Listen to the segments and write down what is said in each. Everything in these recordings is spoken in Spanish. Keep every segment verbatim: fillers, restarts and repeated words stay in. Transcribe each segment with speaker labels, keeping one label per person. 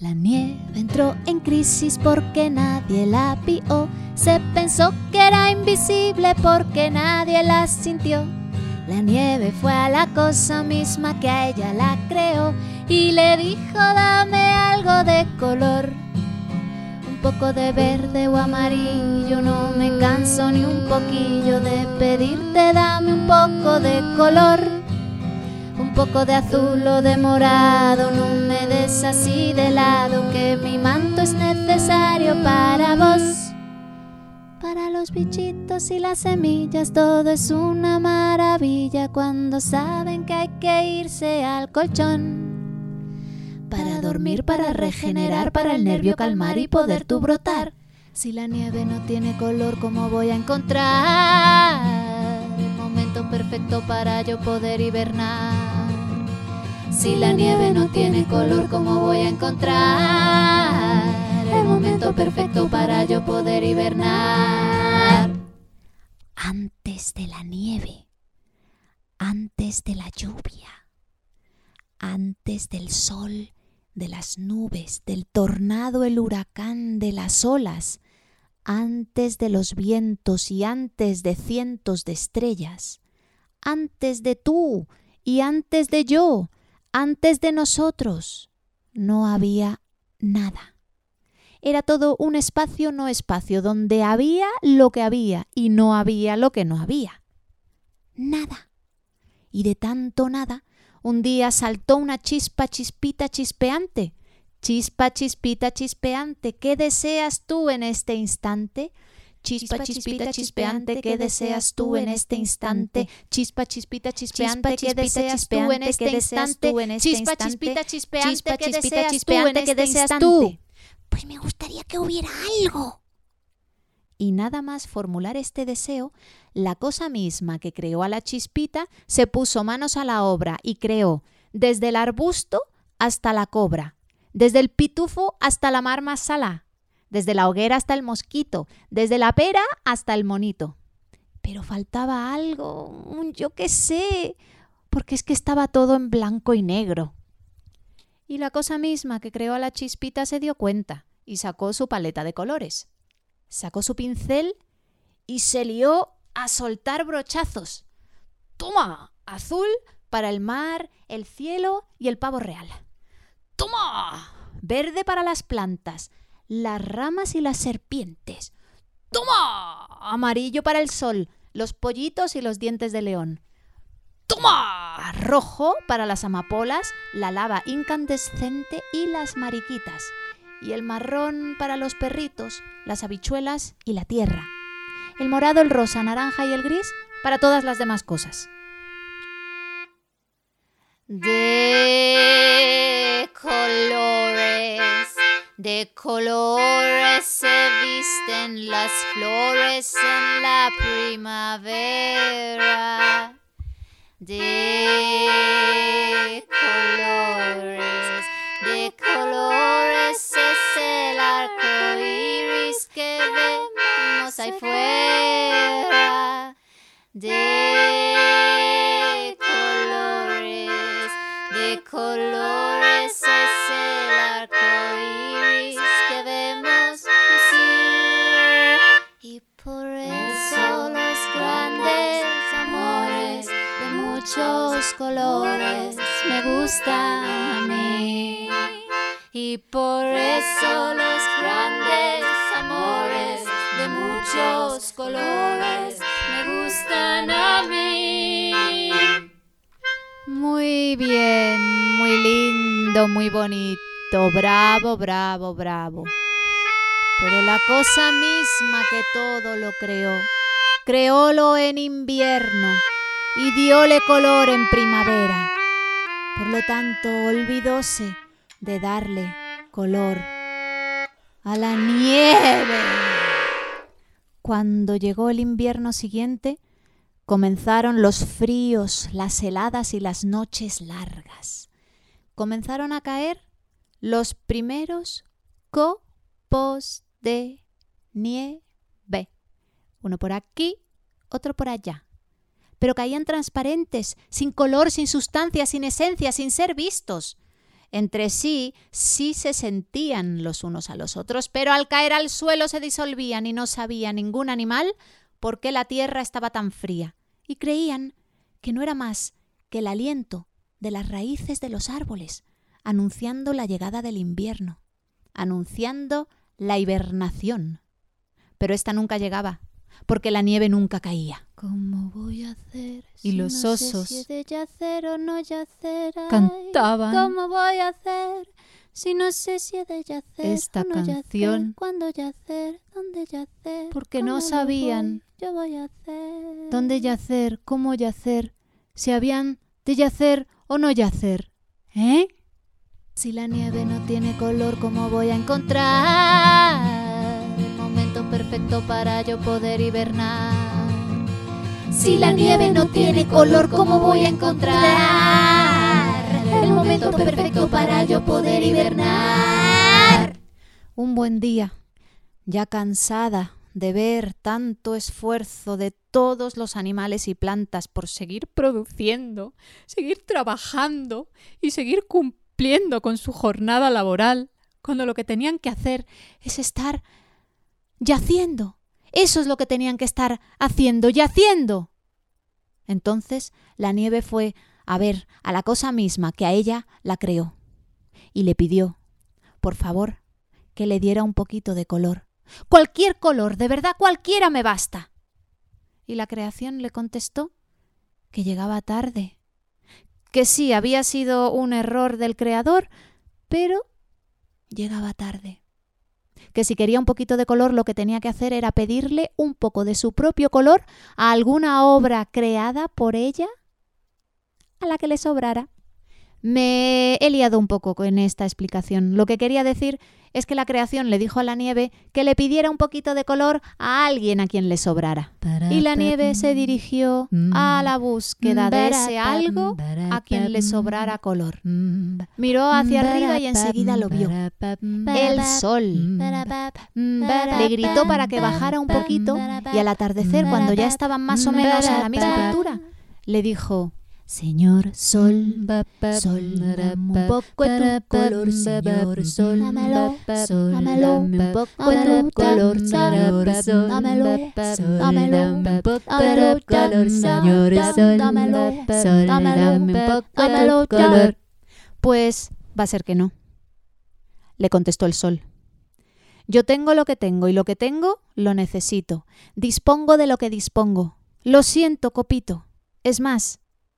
Speaker 1: La nieve entró en crisis porque nadie la vio. Se pensó que era invisible porque nadie la sintió. La nieve fue a la cosa misma que a ella la creó y le dijo: dame algo de color, un poco de verde o amarillo. No me canso ni un poquillo de pedirte, dame un poco de color, un poco de azul o de morado. No me des así de lado, que mi manto es necesario para vos. Para los bichitos y las semillas todo es una maravilla cuando saben que hay que irse al colchón. Para dormir, para regenerar, para el nervio calmar y poder tú brotar. Si la nieve no tiene color, ¿cómo voy a encontrar el momento perfecto para yo poder hibernar? Si la nieve no tiene color, ¿cómo voy a encontrar el momento perfecto para yo poder hibernar? Antes de la nieve, antes de la lluvia, antes del sol, de las nubes, del tornado, el huracán, de las olas, antes de los vientos y antes de cientos de estrellas, antes de tú y antes de yo, antes de nosotros, no había nada. Era todo un espacio no espacio, donde había lo que había y no había lo que no había. Nada. Y de tanto nada, un día saltó una chispa, chispita, chispeante. Chispa, chispita, chispeante, ¿qué deseas tú en este instante? Chispa, chispita, chispeante, ¿qué deseas tú en este instante? Chispa, chispita, chispeante, ¿qué deseas tú en este instante? Chispa, chispita, chispeante, ¿qué deseas tú en este instante? Pues me gustaría que hubiera algo. Y nada más formular este deseo, la cosa misma que creó a la chispita se puso manos a la obra y creó desde el arbusto hasta la cobra, desde el pitufo hasta la mar más salá, desde la hoguera hasta el mosquito, desde la pera hasta el monito. Pero faltaba algo, un yo qué sé, porque es que estaba todo en blanco y negro. Y la cosa misma que creó a la chispita se dio cuenta y sacó su paleta de colores. Sacó su pincel y se lió a soltar brochazos. ¡Toma! Azul para el mar, el cielo y el pavo real. ¡Toma! Verde para las plantas, las ramas y las serpientes. ¡Toma! Amarillo para el sol, los pollitos y los dientes de león. ¡Toma! Rojo para las amapolas, la lava incandescente y las mariquitas. Y el marrón para los perritos, las habichuelas y la tierra. El morado, el rosa, naranja y el gris para todas las demás cosas. De colores, de colores se visten las flores en la primavera. De colores, de colores es el arco iris que vemos ahí fuera. De colores, de colores es el arco iris que vemos lucir. Y por eso los grandes amores de muchos colores me gustan a mí. Y por eso los grandes amores de muchos colores me gustan a mí. Muy bien, muy lindo, muy bonito. Bravo, bravo, bravo. Pero la cosa misma que todo lo creó, creólo en invierno y dióle color en primavera. Por lo tanto, olvidóse de darle color a la nieve. Cuando llegó el invierno siguiente, comenzaron los fríos, las heladas y las noches largas. Comenzaron a caer los primeros copos de nieve. Uno por aquí, otro por allá. Pero caían transparentes, sin color, sin sustancia, sin esencia, sin ser vistos. Entre sí, sí se sentían los unos a los otros, pero al caer al suelo se disolvían y no sabía ningún animal por qué la tierra estaba tan fría. Y creían que no era más que el aliento de las raíces de los árboles, anunciando la llegada del invierno, anunciando la hibernación. Pero esta nunca llegaba, porque la nieve nunca caía.
Speaker 2: ¿Cómo voy a hacer
Speaker 1: y
Speaker 2: si
Speaker 1: los
Speaker 2: no
Speaker 1: osos
Speaker 2: sé si he de yacer o no yacer? Ay,
Speaker 1: cantaban
Speaker 2: ¿cómo voy a hacer si no sé si he de yacer
Speaker 1: esta
Speaker 2: o no
Speaker 1: canción?
Speaker 2: yacer? ¿Cuándo yacer? ¿Dónde yacer?
Speaker 1: Porque no
Speaker 2: ¿Cómo lo
Speaker 1: sabían
Speaker 2: voy? Yo voy a hacer.
Speaker 1: dónde yacer, cómo yacer, si habían de yacer o no yacer. ¿Eh?
Speaker 2: Si la nieve no tiene color, ¿cómo voy a encontrar el momento perfecto para yo poder hibernar? Si la nieve no tiene color, ¿cómo voy a encontrar el momento perfecto para yo poder hibernar?
Speaker 1: Un buen día, ya cansada de ver tanto esfuerzo de todos los animales y plantas por seguir produciendo, seguir trabajando y seguir cumpliendo con su jornada laboral, cuando lo que tenían que hacer es estar yaciendo. Eso es lo que tenían que estar haciendo, yaciendo. Entonces la nieve fue a ver a la cosa misma que a ella la creó y le pidió, por favor, que le diera un poquito de color. Cualquier color, de verdad, cualquiera me basta. Y la creación le contestó que llegaba tarde, que sí, había sido un error del creador, pero llegaba tarde. Que si quería un poquito de color, lo que tenía que hacer era pedirle un poco de su propio color a alguna obra creada por ella a la que le sobrara. Me he liado un poco con esta explicación. Lo que quería decir es que la creación le dijo a la nieve que le pidiera un poquito de color a alguien a quien le sobrara. Y la nieve se dirigió a la búsqueda de ese algo a quien le sobrara color. Miró hacia arriba y enseguida lo vio. El sol. Le gritó para que bajara un poquito y al atardecer, cuando ya estaban más o menos a la misma altura, le dijo: Señor Sol, Sol, dame un poco de tu color, Señor Sol, dámelo, dámelo, un poco de tu color, Señor Sol, dámelo, dámelo, un poco de tu color, Señor Sol, dámelo, Sol, dámelo, un poco de tu color. Pues va a ser que no, le contestó el Sol. Yo tengo lo que tengo y lo que tengo lo necesito. Dispongo de lo que dispongo. Lo siento, copito. Es más,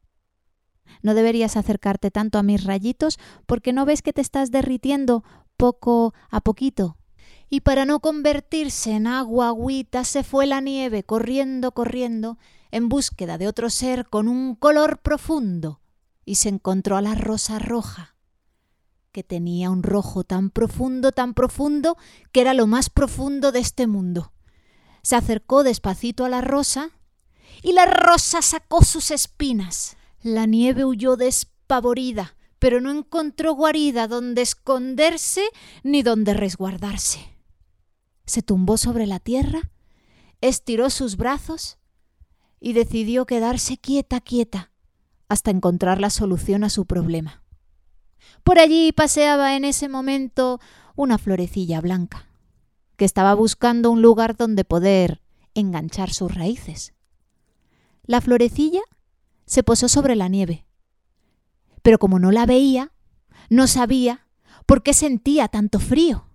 Speaker 1: no deberías acercarte tanto a mis rayitos porque no ves que te estás derritiendo poco a poquito. Y para no convertirse en agua agüita se fue la nieve corriendo, corriendo, en búsqueda de otro ser con un color profundo y se encontró a la rosa roja, que tenía un rojo tan profundo, tan profundo, que era lo más profundo de este mundo. Se acercó despacito a la rosa y la rosa sacó sus espinas. La nieve huyó despavorida, pero no encontró guarida donde esconderse ni donde resguardarse. Se tumbó sobre la tierra, estiró sus brazos y decidió quedarse quieta, quieta, hasta encontrar la solución a su problema. Por allí paseaba en ese momento una florecilla blanca, que estaba buscando un lugar donde poder enganchar sus raíces. La florecilla se posó sobre la nieve, pero como no la veía, no sabía por qué sentía tanto frío.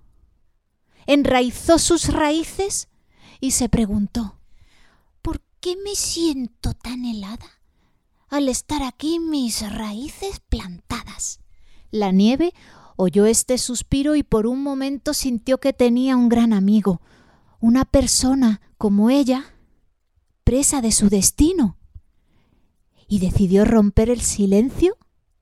Speaker 1: Enraizó sus raíces y se preguntó: ¿por qué me siento tan helada al estar aquí mis raíces plantadas? La nieve oyó este suspiro y por un momento sintió que tenía un gran amigo, una persona como ella, presa de su destino. Y decidió romper el silencio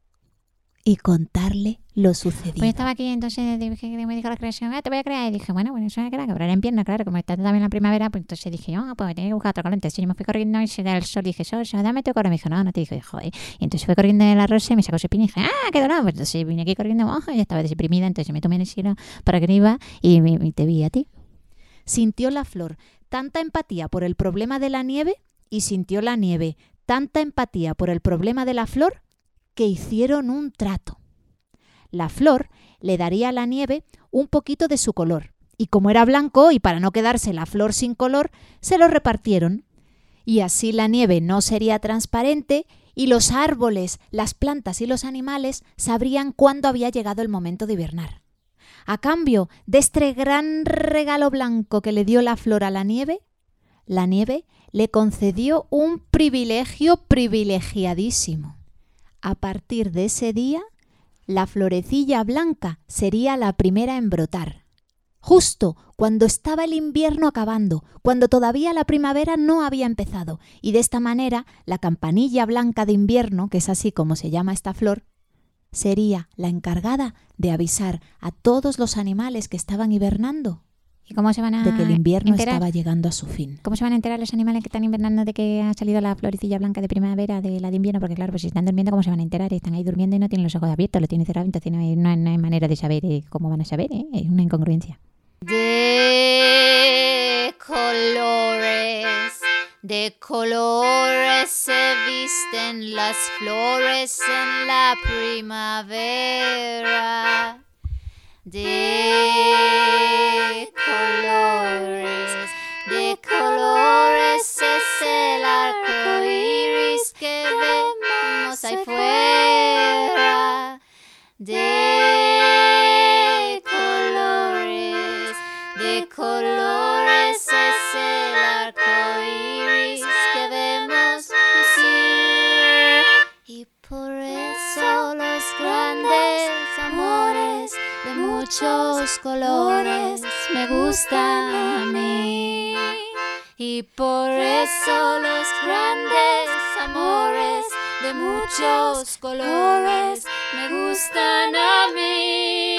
Speaker 1: y contarle lo sucedido.
Speaker 2: Pues estaba aquí, entonces me dijo la creación, ah, te voy a crear. Y dije, bueno, bueno, eso es que era quebrar en pierna, claro, como está también la primavera, pues entonces dije, ah, oh, pues tengo que buscar otro color. Entonces yo me fui corriendo y se da el sol y dije, sol, sol, dame tu color. Me dijo, no, no te dije, joder. Y entonces fui corriendo en la rosa y me sacó su espina y dije, ah, qué dorado. Pues entonces vine aquí corriendo, oh, ya estaba deprimida, entonces me tomé en el cielo para arriba y, me, y te vi a ti.
Speaker 1: Sintió la flor tanta empatía por el problema de la nieve y sintió la nieve tanta empatía por el problema de la flor que hicieron un trato. la flor le daría a la nieve un poquito de su color. Y como era blanco y para no quedarse la flor sin color, se lo repartieron. Y así la nieve no sería transparente y los árboles, las plantas y los animales sabrían cuándo había llegado el momento de hibernar. A cambio de este gran regalo blanco que le dio la flor a la nieve, la nieve le concedió un privilegio privilegiadísimo. A partir de ese día, la florecilla blanca sería la primera en brotar. Justo cuando estaba el invierno acabando, cuando todavía la primavera no había empezado. Y de esta manera, la campanilla blanca de invierno, que es así como se llama esta flor, sería la encargada de avisar a todos los animales que estaban hibernando
Speaker 2: ¿Y cómo se van a
Speaker 1: de que el invierno
Speaker 2: enterar?
Speaker 1: estaba llegando a su fin.
Speaker 2: ¿Cómo se van a enterar los animales que están invernando de que ha salido la florecilla blanca de primavera de la de invierno? Porque claro, pues si están durmiendo, ¿cómo se van a enterar? Están ahí durmiendo y no tienen los ojos abiertos, lo tienen cerrado, entonces no hay, no hay, no hay manera de saber eh, cómo van a saber, ¿eh? Es una incongruencia.
Speaker 3: De colores, de colores se visten las flores en la primavera. De colores, de colores es el arco iris que vemos ahí fuera. De colores, de colores es el arco iris que vemos lucir. Y por eso los grandes amores de muchos colores me gustan a mí. Y por eso los grandes amores de muchos colores me gustan a mí.